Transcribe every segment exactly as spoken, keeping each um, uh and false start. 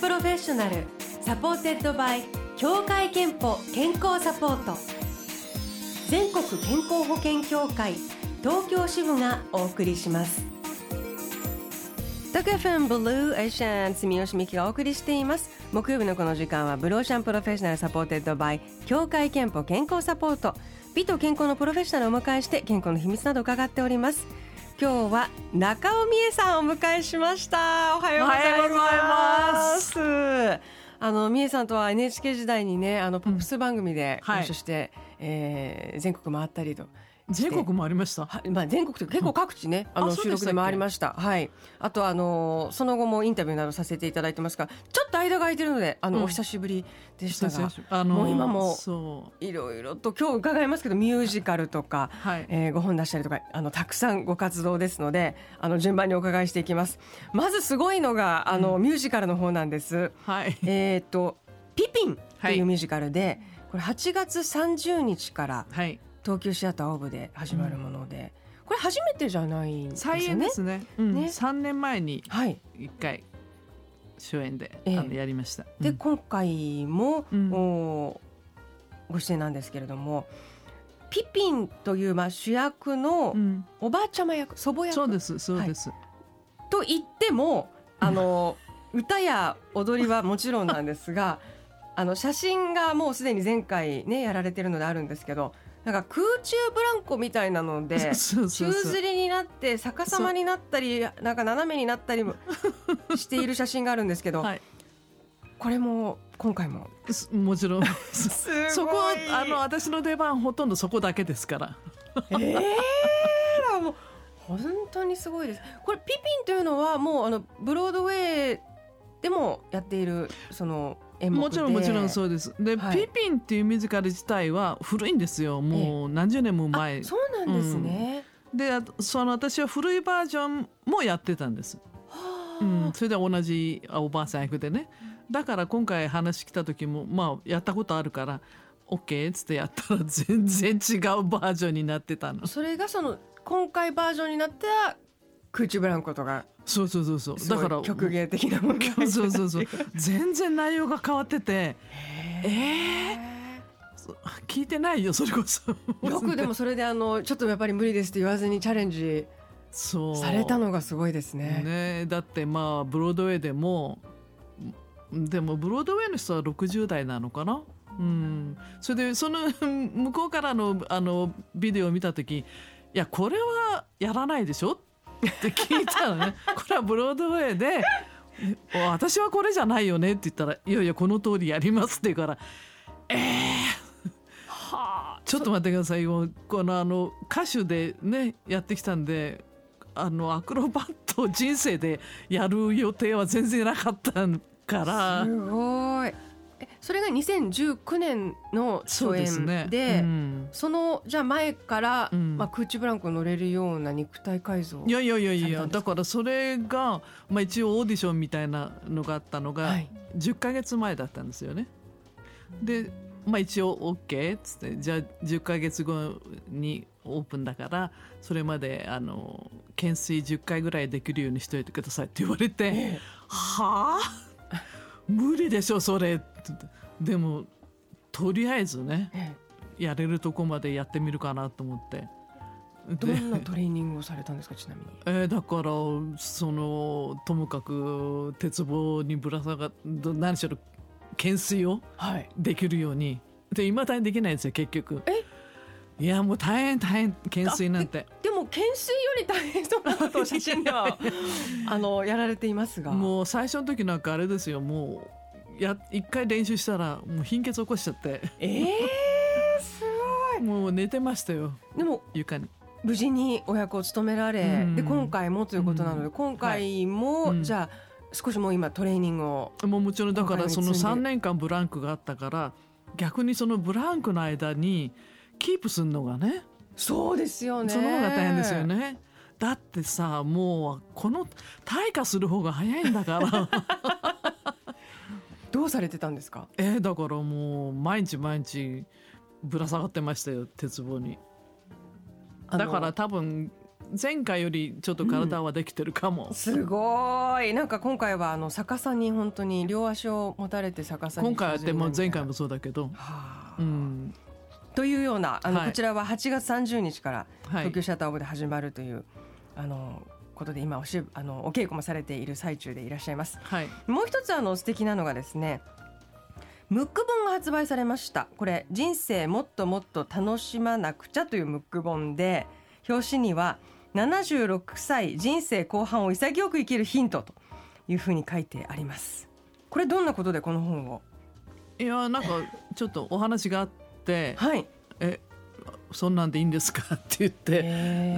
プロフェッショナルサポーテッドバイ協会憲法健康サポート、全国健康保険協会東京支部がお送りします。タク エフエム ブルーエーシャン住吉美希がお送りしています。木曜日のこの時間はブルーオーシャンプロフェッショナルサポーテッドバイ協会憲法健康サポート、美と健康のプロフェッショナルをお迎えして健康の秘密など伺っております。今日は中尾美恵さんをお迎えしました。おはようございます。あの美恵さんとは エヌエイチケー 時代にね、あのポップス番組でご一緒して、うん、はい、えー、全国回ったりと。 全国もありました、 は、まあ、全国というか結構各地ね、うん、あの収録で回りました。はい、あとあのその後もインタビューなどさせていただいてますが、ちょっと間が空いてるのであの、うん、お久しぶりでしたが、あのー、もう今もいろいろと今日伺いますけどミュージカルとか、はい、えー、ご本出したりとかあのたくさんご活動ですので、あの順番にお伺いしていきます。まずすごいのがあの、うん、ミュージカルの方なんです。はい、えー、とピピンというミュージカルで、はい、これはちがつさんじゅうにちから、はい、東急シアターオーブで始まるもので、うん、これ初めてじゃないんですよね。 再演ですね、うん、ね、さんねんまえにいっかい初演で、はい、あのやりました。 で、うん、今回も、うん、ご出演なんですけれども、ピピンという、まあ、主役のおばあちゃま役、祖母役、 そうですそうです、 はい、と言ってもあの歌や踊りはもちろんなんですがあの写真がもうすでに前回ねやられてるのであるんですけど、なんか空中ブランコみたいなので宙吊りになって逆さまになったりなんか斜めになったりもしている写真があるんですけど、はい、これも今回ももちろんそこはあの私の出番ほとんどそこだけですからえー、もう本当にすごいです。これピピンというのはもうあのブロードウェイでもやっているその演目で、 もちろんもちろんそうです。で、はい、ピピンっていうミュージカル自体は古いんですよ。もう何十年も前。 そうなんですね、 うん、でその私は古いバージョンもやってたんです、は、うん、それで同じおばあさん役でね。だから今回話来た時も、まあ、やったことあるから OK っつってやったら全然違うバージョンになってたの。 それがその今回バージョンになった空中ブランコとか、 そうそうそうそう、だから曲芸的なものがそうそうそう全然内容が変わってて、えー、聞いてないよそれこそよくでもそれであのちょっとやっぱり無理ですって言わずにチャレンジされたのがすごいです ね, ね。だってまあブロードウェイでもでもブロードウェイの人はろくじゅうだいなのかな、うん、それでその向こうから の, あのビデオを見た時、いやこれはやらないでしょって聞いたらねこれはブロードウェイで私はこれじゃないよねって言ったら、いやいやこの通りやりますって言うから、えーはあ、ちょっと待ってくださいよ、このあの歌手でねやってきたんで、あのアクロバットを人生でやる予定は全然なかったから。 すごい。それがにせんじゅうきゅうねんの初演 で, そ, で、ね、うん、そのじゃあ前から、うん、まあ、空中ブランコ乗れるような肉体改造、 いやいやいやいや、だからそれが、まあ、一応オーディションみたいなのがあったのが、はい、じゅっかげつまえだったんですよね。で、まあ、一応 OK っつって、じゃあじゅっかげつごにオープンだからそれまであの懸垂じゅっかいぐらいできるようにしといてくださいって言われて、ええ、はあ無理でしょそれ。でもとりあえずね、ええ、やれるとこまでやってみるかなと思って。 どんなトレーニングをされたんですかちなみに。 えー、だからそのともかく鉄棒にぶら下がって何しろ懸垂をできるように、はい、で未だにできないんですよ結局。えいやもう大変大変懸垂なんて。 で, でも懸垂より大変そうなことを写真ではあのやられていますが、 もう最初の時なんかあれですよ、もうや一回練習したらもう貧血起こしちゃって、 えー、すごい。 もう寝てましたよ。でも床に無事にお役を務められ、うん、で今回もということなので、うん、今回も、はい、じゃあ少しもう今トレーニングをもうもちろんだからそのさんねんかんブランクがあったから逆にそのブランクの間にキープするのがね、 そうですよね、 その方が大変ですよね。だってさもうこの退化する方が早いんだからどうされてたんですか。 えー、だからもう毎日毎日ぶら下がってましたよ鉄棒に。だから多分前回よりちょっと体はできてるかも、 うん、すごい。なんか今回はあの逆さに本当に両足を持たれて逆さに、 今回はでも前回もそうだけど、 はあ、 うんというようなあの、 はい、 こちらははちがつさんじゅうにちから東京シアターオブで始まるという、はい、あのことで今おしあのお稽古もされている最中でいらっしゃいます、 はい、 もう一つあの素敵なのがですね、ムック本が発売されました。これ人生もっともっと楽しまなくちゃというムック本で、表紙にはななじゅうろくさい人生後半を潔く生きるヒントというふうに書いてあります。これどんなことでこの本を？ いやなんかちょっとお話があって、 はい、 えそんなんでいいんですかって言って、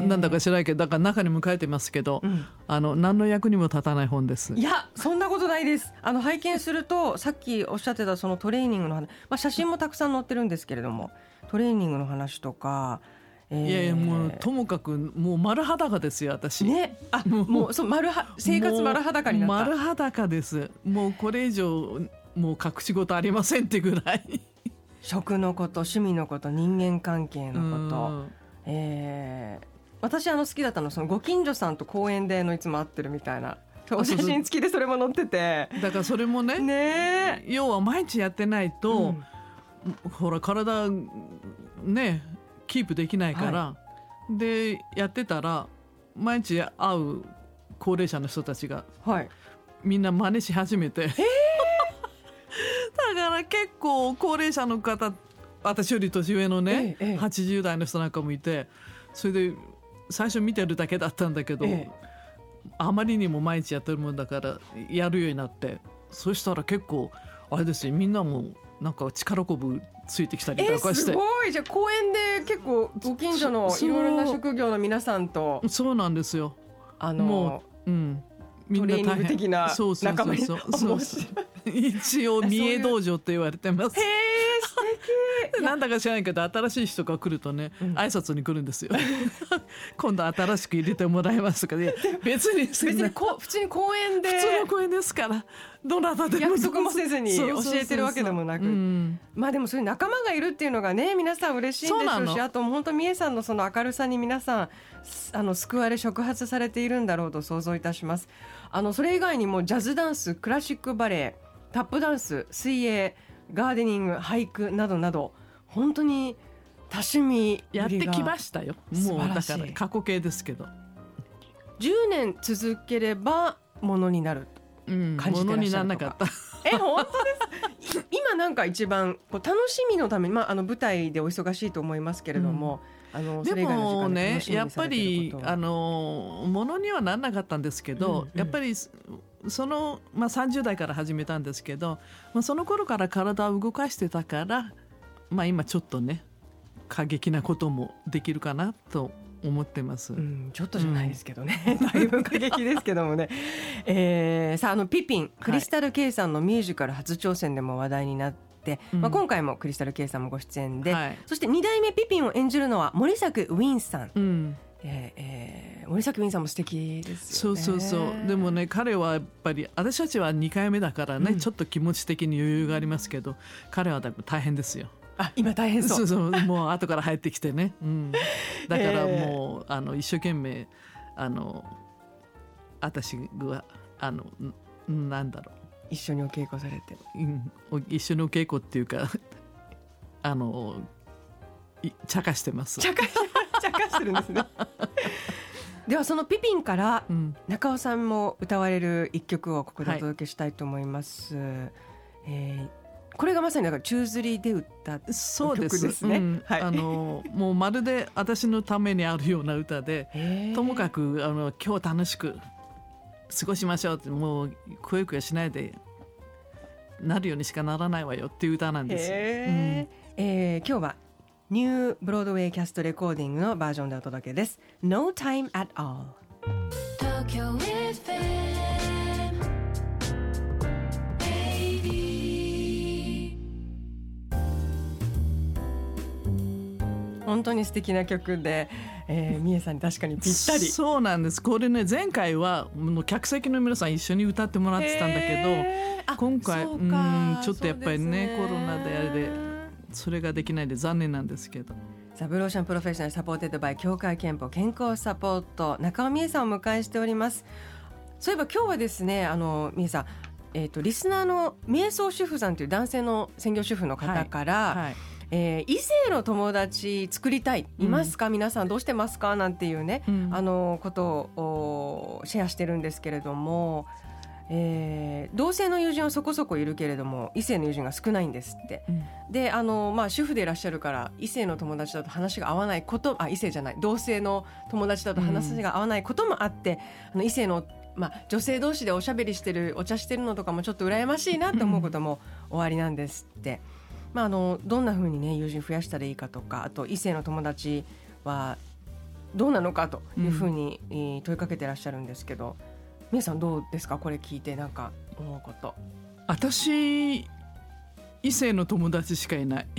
なんだか知らないけど、だから中にも書いてますけど、うん、あの何の役にも立たない本です。 いやそんなことないです。あの拝見するとさっきおっしゃってたそのトレーニングの話、まあ、写真もたくさん載ってるんですけれども、トレーニングの話とか、えー、 いやいやもうともかくもう丸裸ですよ私ね。あもう、もうそう丸は生活丸裸になった。 丸裸です。もうこれ以上もう隠し事ありませんってぐらい食のこと、趣味のこと、人間関係のこと、えー、私あの好きだったのそのご近所さんと公園でのいつも会ってるみたいなお写真付きでそれも載ってて、 だからそれも ね, ね要は毎日やってないと、うん、ほら体ねキープできないから、はい、でやってたら毎日会う高齢者の人たちが、はい、みんな真似し始めて、えーだから結構高齢者の方、私より年上のね、ええ、はちじゅうだいの人なんかもいて、それで最初見てるだけだったんだけど、え、あまりにも毎日やってるもんだからやるようになって、そしたら結構あれですよ、みんなもなんか力こぶついてきたりとかして、 えすごい。じゃあ公園で結構ご近所のいろいろな職業の皆さんと、 そうなんですよ、あのもう、うん、 みんなトレーニング的な仲間に、 そうそうそう一応三重道場って言われてます。へー素敵なんだか知らないけど新しい人が来るとね、うん、挨拶に来るんですよ今度新しく入れてもらいますとかね、別に別にこ普通に公園で普通の公園ですからどなたでも約束もせずに教えてるわけでもなく、うん、まあでもそういう仲間がいるっていうのがね皆さん嬉しいんでしょうし、あと本当三重さんのその明るさに皆さんあの救われ触発されているんだろうと想像いたします。あのそれ以外にもジャズダンス、クラシックバレエ、タップダンス、水泳、ガーデニング、俳句などなど本当に多趣味やってきましたよ。もうだから過去形ですけどじゅうねん続ければものになる感じてらっしゃるとか、うん、ものにならなかったえ本当です今なんか一番こう楽しみのために、まあ、あの舞台でお忙しいと思いますけれども、うん、あのでもねやっぱりあのものにはならなかったんですけど、うんうん、やっぱりその、まあ、さんじゅうだいから始めたんですけど、まあ、その頃から体を動かしてたから、まあ、今ちょっとね過激なこともできるかなと思ってます、うん、 ちょっとじゃないですけどね、うん、だいぶ過激ですけどもね、えー、さあ、あのピピンクリスタル K さんのミュージカル初挑戦でも話題になって、はい、まあ、今回もクリスタル K さんもご出演で、はい、そしてにだいめピピンを演じるのは森作ウィンさん、うん、えーえー、森作ウィンさんも素敵ですよね。 そうそうそう。でもね彼はやっぱり私たちはにかいめだからね、うん、ちょっと気持ち的に余裕がありますけど彼はだいぶ大変ですよ。 あ今大変そう。 そうそうもう後から入ってきてね、うん、だからもう、えー、あの一生懸命あの私はあのなんだろう一緒にお稽古されて、 うん、一緒にお稽古っていうかあの茶化してます。 茶化茶化してるんですねではそのピピンから中尾さんも歌われる一曲をここでお届けしたいと思います、はい、えーこれがまさにだから宙吊りで歌った曲ですね。うん、はい、あのもうまるで私のためにあるような歌で、ともかくあの今日楽しく過ごしましょうって、もうくよくよしないでなるようにしかならないわよっていう歌なんですよ。うん、 えー、今日はニューブロードウェイキャストレコーディングのバージョンでお届けです。 No Time at All。 東京 エフエム本当に素敵な曲で、えー、みえさんに確かにぴったり。 そうなんです。これね前回はもう客席の皆さん一緒に歌ってもらってたんだけど、今回ううんちょっとやっぱり ね, ねコロナであれでそれができないで残念なんですけど、 ザ・ブローションプロフェッショナルサポーテッドバイ協会憲法健康サポート、中尾美恵さんをお迎えしております。そういえば今日はですね、あの美恵さん、えーと、リスナーの瞑想主婦さんという男性の専業主婦の方から、はいはい、えー、異性の友達作りたい、いますか、うん、皆さんどうしてますかなんていうね、うん、あのことをシェアしてるんですけれども、えー、同性の友人はそこそこいるけれども異性の友人が少ないんですって、うん、であの、まあ、主婦でいらっしゃるから異性の友達だと話が合わないことあ異性じゃない同性の友達だと話が合わないこともあって、うん、あの異性の、まあ、女性同士でおしゃべりしてるお茶してるのとかもちょっと羨ましいなと思うこともおありなんですって、まあ、あのどんな風にね友人増やしたらいいかとか、あと異性の友達はどうなのかという風に、うん、問いかけてらっしゃるんですけど、皆さんどうですか、これ聞いてなんか思うこと。 私異性の友達しかいない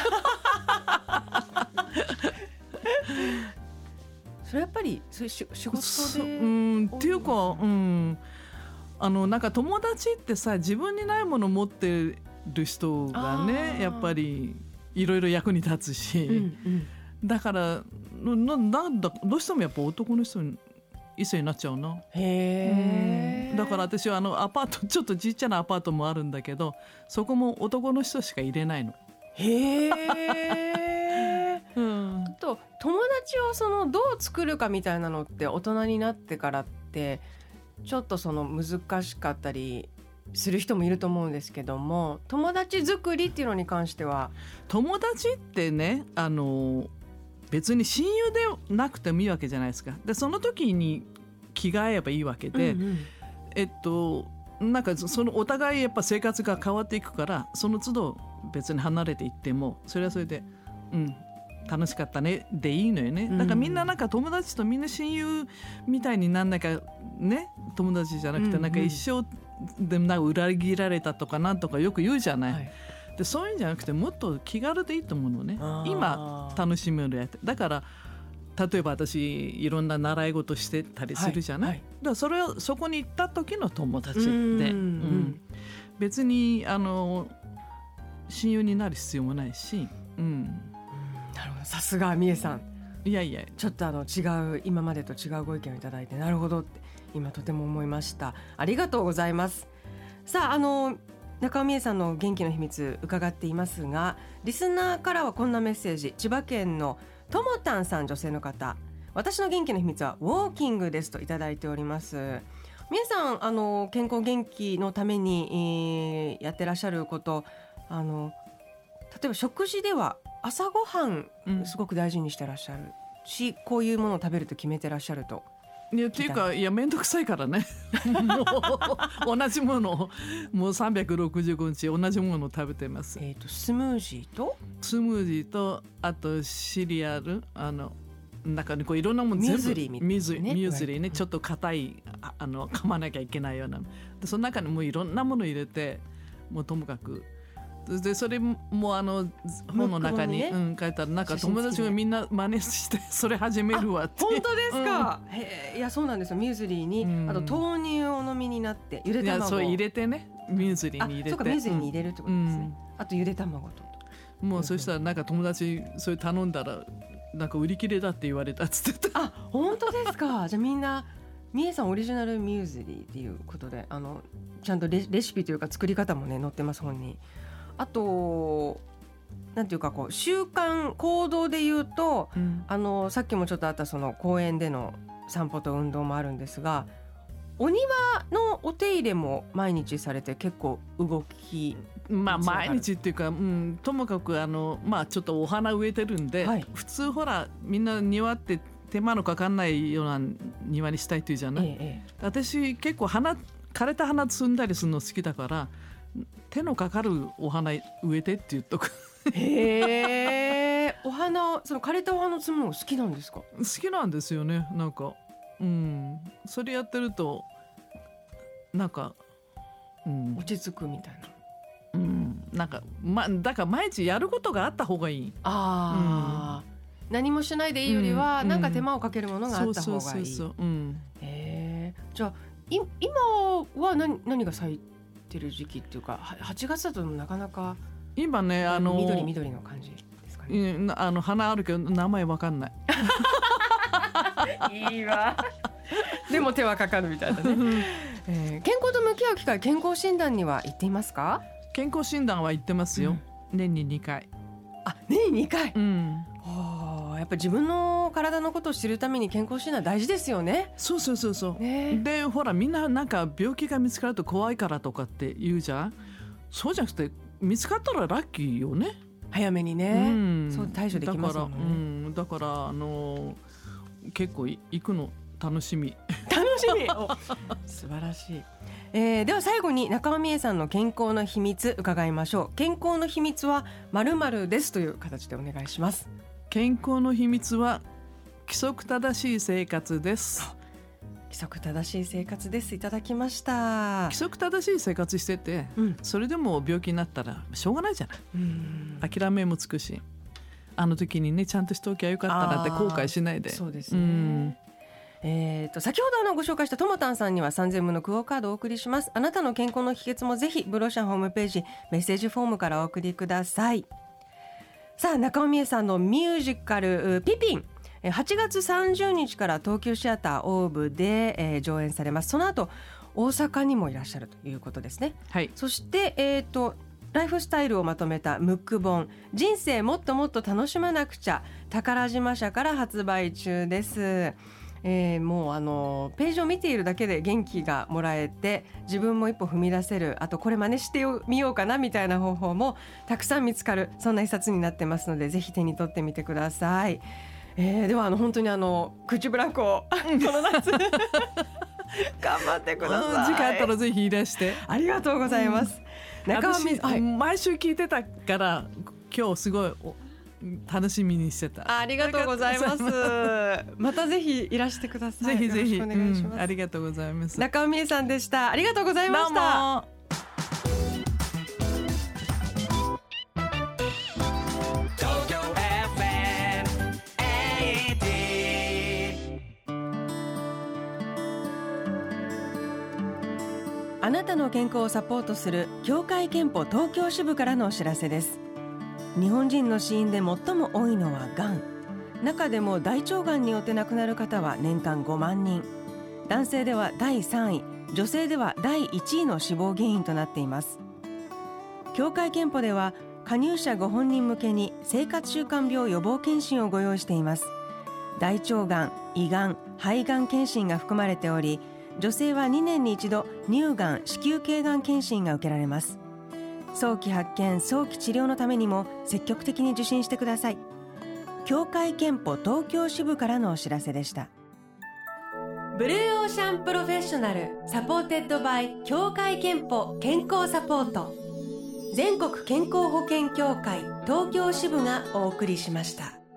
それやっぱりそういう仕事でうんっていうか、うん、あのなんか友達ってさ自分にないものを持ってる人がねやっぱりいろいろ役に立つし、うんうん、だからななんだどうしてもやっぱ男の人に異性になっちゃうな。へー、うん、だから私はあのアパートちょっとちっちゃなアパートもあるんだけどそこも男の人しか入れないの。 へー、うん、あと友達をそのどう作るかみたいなのって大人になってからってちょっとその難しかったりする人もいると思うんですけども、友達作りっていうのに関しては友達ってねあの別に親友でなくてもいいわけじゃないですか。でその時に気が合えばいいわけで、うんうん、えっとなんかそのお互いやっぱ生活が変わっていくからその都度別に離れていってもそれはそれでうん楽しかったねでいいのよね。だからみんななんか友達とみんな親友みたいになんなかね友達じゃなくてなんか一生でもなんか裏切られたとかなんとかよく言うじゃない、はい、でそういうんじゃなくてもっと気軽でいいと思うのね。今楽しめるやつだから例えば私いろんな習い事してたりするじゃない、はいはい、だからそれをそこに行った時の友達で、うんうん、別にあの親友になる必要もないし、うん、 なるほど、さすが美恵さん。 いやいやちょっとあの違う今までと違うご意見をいただいてなるほどって今とても思いました。ありがとうございます。さああの中尾美恵さんの元気の秘密伺っていますが、リスナーからはこんなメッセージ。千葉県のともたんさん、女性の方、私の元気の秘密はウォーキングですといただいております。皆さんあの健康元気のために、えー、やってらっしゃること、あの例えば食事では朝ごはんすごく大事にしてらっしゃるし、うん、こういうものを食べると決めてらっしゃると。 いやっていうかいやめんどくさいからねもう同じものをもうさんびゃくろくじゅうごにち同じものを食べてます。 えーと、スムージーとスムージーとあとシリアルあの中にこういろんなもの全部ミューズリーみたいな、ね、ミューズリーね、ちょっと硬いああの噛まなきゃいけないようなでその中にもういろんなもの入れてもうともかくでそれもあの本の中に、ね、うん、書いたらなんか友達がみんな真似してそれ始めるわって。 本当ですか、うん、へいやそうなんですよ。ミューズリーに、うん、あと豆乳をお飲みになってゆで卵をいやそう入れてねミューズリーに入れてそうかミューズリーに入れるってことですね、うん、あとゆで卵ともうそしたらなんか友達それ頼んだらなんか売り切れだって言われたっつってた。 あ本当ですかじゃあみんなみえさんオリジナルミューズリーっていうことであのちゃんと レ, レシピというか作り方もね載ってます本に。あとなんていうかこう習慣行動で言うと、うん、あのさっきもちょっとあったその公園での散歩と運動もあるんですが、お庭のお手入れも毎日されて結構動きまあ毎日っていうか、うん、ともかくあの、まあ、ちょっとお花植えてるんで、はい、普通ほらみんな庭って手間のかかんないような庭にしたいっていうじゃない、ええ、私結構花枯れた花摘んだりするの好きだから手のかかるお花植えてって言っとく。 へーお花その枯れたお花摘むの好きなんですか？ 好きなんですよね。なんか、うん、それやってるとなんか、 うん、落ち着くみたいな、 うん、なんか、ま、だから毎日やることがあった方がいい。 あ、うん、何もしないでいいよりは、うん、なんか手間をかけるものがあった方がいい。へーじゃあい今は 何, 何が咲いてる時期っていうかはちがつだとなかなか今ねあの緑緑の感じですかうんあの花あるけど名前わかんないいいわでも手はかかるみたいなね、えー、健康と向き合う機会、健康診断には行っていますか？ 健康診断は行ってますよ、うん、年ににかい。 あ、年ににかい、 うん、 やっぱり自分の体のことを知るために健康診断大事ですよね。 そうそうそうそう、 ね、 でほらみんななんか病気が見つかると怖いからとかって言うじゃん。そうじゃなくて見つかったらラッキーよね。 早めにね、 うん、 そう対処できますもんね。 だから、うん、だからあの結構行くの楽しみ楽しみ素晴らしい、えー、では最後に中尾美恵さんの健康の秘密伺いましょう。健康の秘密は〇〇ですという形でお願いします。 健康の秘密は規則正しい生活です。 規則正しい生活です。いただきました。 規則正しい生活してて、うん、それでも病気になったらしょうがないじゃない。うん、諦めもつくし、あの時にねちゃんとしておきゃよかったなって後悔しないで。 そうですね、うん、えー、と先ほどあのご紹介したともたんさんにはさんぜんぶのクオカードをお送りします。あなたの健康の秘訣もぜひブロシャンホームページメッセージフォームからお送りください。さあ中尾美恵さんのミュージカルピピン、はちがつさんじゅうにちから東急シアターオーブで、えー、上演されます。その後大阪にもいらっしゃるということですね、はい、そして、えー、とライフスタイルをまとめたムック本人生もっともっと楽しまなくちゃ宝島社から発売中です。えー、もうあのページを見ているだけで元気がもらえて自分も一歩踏み出せる、あとこれ真似してみようかなみたいな方法もたくさん見つかる、そんな一冊になってますのでぜひ手に取ってみてください。えー、ではあの本当にあの空中ブランコをこの夏頑張ってください。 時間あったらぜひいらして。 ありがとうございます、うん、中尾美、はい、 毎週聞いてたから今日すごい楽しみにしてた。 ありがとうございますまたぜひいらしてください。 ぜひぜひよろしくお願いします、うん、 ありがとうございます。 中尾美恵さんでした。ありがとうございました。どうも。あなたの健康をサポートする協会憲法東京支部からのお知らせです。日本人の死因で最も多いのはがん。中でも大腸がんによって亡くなる方は年間ごまんにん。男性ではだいさんい、女性ではだいいちいの死亡原因となっています。協会憲法では加入者ご本人向けに生活習慣病予防検診をご用意しています。大腸がん、胃がん、肺がん検診が含まれており、女性はにねんに一度乳がん、子宮頸がん検診が受けられます。早期発見、早期治療のためにも積極的に受診してください。協会憲法東京支部からのお知らせでした。ブルーオーシャンプロフェッショナルサポーテッドバイ協会憲法健康サポート、全国健康保険協会東京支部がお送りしました。